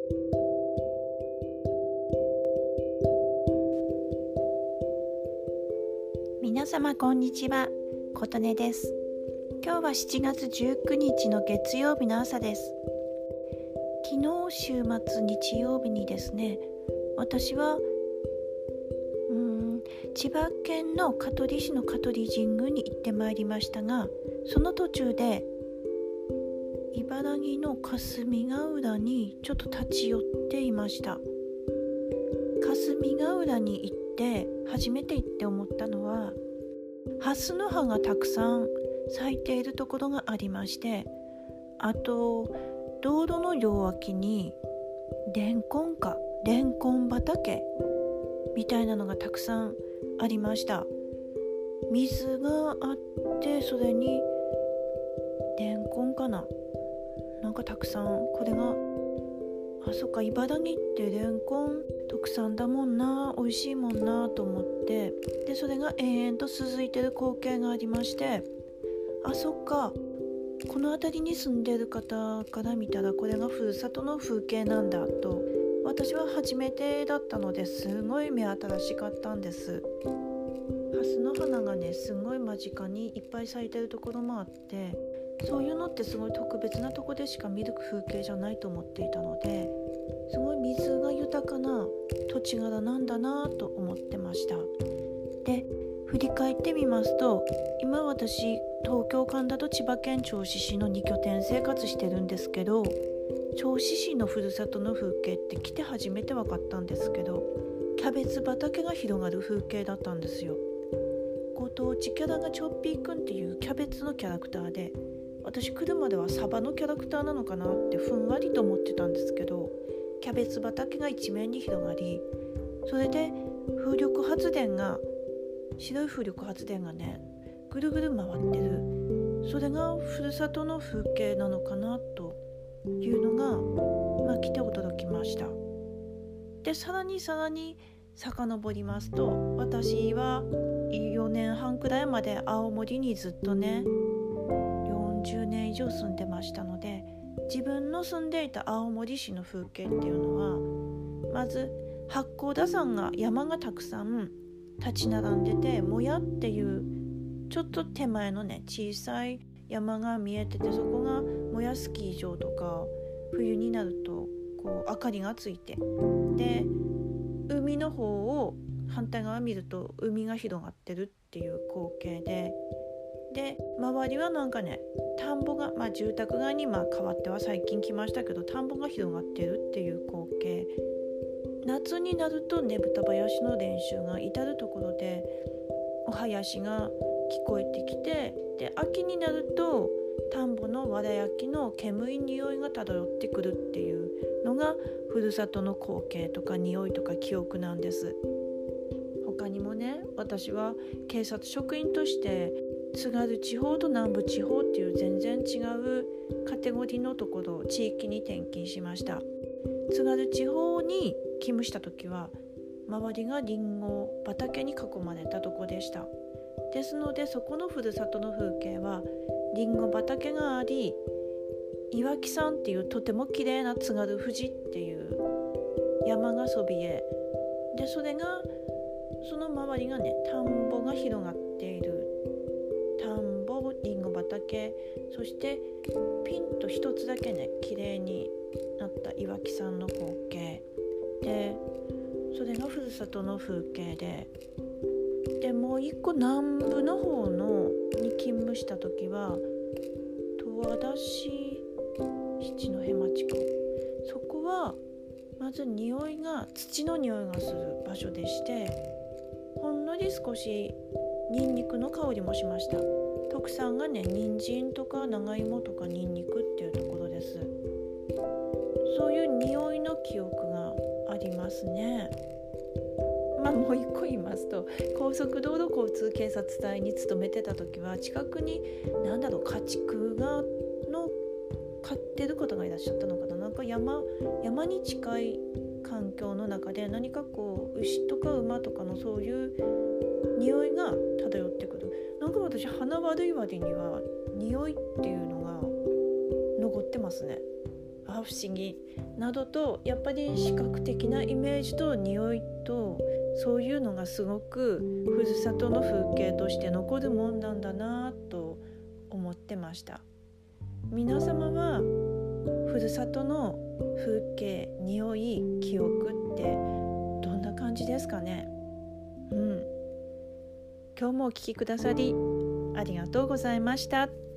皆様こんにちは、琴音です。今日は7月19日の月曜日の朝です。昨日週末日曜日にですね、私は千葉県の香取市の香取神宮に行ってまいりましたが、その途中で茨城の霞ヶ浦にちょっと立ち寄っていました。霞ヶ浦に行って初めて行って思ったのは、ハスの葉がたくさん咲いているところがありまして、あと道路の両脇にレンコン畑みたいなのがたくさんありました。水があって、それにレンコンなんかたくさん、これがそっか、茨城ってレンコン特産だもんな、美味しいもんなと思って、でそれが延々と続いてる光景がありまして、そっか、この辺りに住んでる方から見たらこれがふるさとの風景なんだと、私は初めてだったのですごい目新しかったんです。ハスの花がね、すごい間近にいっぱい咲いてるところもあって、そういうのってすごい特別なとこでしか見る風景じゃないと思っていたので、すごい水が豊かな土地柄なんだなと思ってました。で、振り返ってみますと、今私東京神田と千葉県銚子市の2拠点生活してるんですけど、銚子市のふるさとの風景って来て初めて分かったんですけど、キャベツ畑が広がる風景だったんですよ。ご当地キャラがチョッピーくんっていうキャベツのキャラクターで、私来るまではサバのキャラクターなのかなってふんわりと思ってたんですけど、キャベツ畑が一面に広がり、それで白い風力発電がね、ぐるぐる回ってる、それがふるさとの風景なのかなというのが、来て驚きました。で、さらに遡りますと、私は4年半くらいまで青森にずっとね、40年以上住んでましたので、自分の住んでいた青森市の風景っていうのは、まず八甲田山が、山がたくさん立ち並んでて、もやっていうちょっと手前のね、小さい山が見えてて、そこがもやスキー場とか、冬になるとこう明かりがついて、で海の方を反対側見ると海が広がってるっていう光景で、周りはなんかね、田んぼが、住宅街に変わっては最近来ましたけど、田んぼが広がってるっていう光景。夏になるとねぶたばやしの練習が至るところでお囃子が聞こえてきて、で秋になると田んぼのわら焼きの煙い匂いが漂ってくるっていうのがふるさとの光景とか匂いとか記憶なんです。他にもね、私は警察職員として津軽地方と南部地方っていう全然違うカテゴリーのところ、地域に転勤しました。津軽地方に勤務した時は、周りがリンゴ畑に囲まれたとこでした。ですので、そこのふるさとの風景はリンゴ畑があり、岩木山っていうとても綺麗な津軽富士っていう山がそびえで、それがその周りがね、田んぼが広がっている、田んぼ、リンゴ畑、そしてピンと一つだけね、綺麗になった岩木山の光景で、それがふるさとの風景で、もう一個南部の方のに勤務した時は十和田市七戸町か、そこはまず土の匂いがする場所でして、ほんのり少しニンニクの香りもしました。特産がね、人参とか長芋とかニンニクっていうところです。そういう匂いの記憶がありますね。もう一個言いますと、高速道路交通警察隊に勤めてた時は、近くに家畜の飼ってる方がいらっしゃったのかな、なんか山に近い環境の中で、何かこう牛とか馬とかのそういう匂いが漂ってくる。なんか私、鼻悪い割には匂いっていうのが残ってますね。 不思議などと、やっぱり視覚的なイメージと匂いと、そういうのがすごくふるさとの風景として残るもんなんだなと思ってました。皆様はふるさとの風景、匂い、記憶ってどんな感じですかね。今日もお聞きくださりありがとうございました。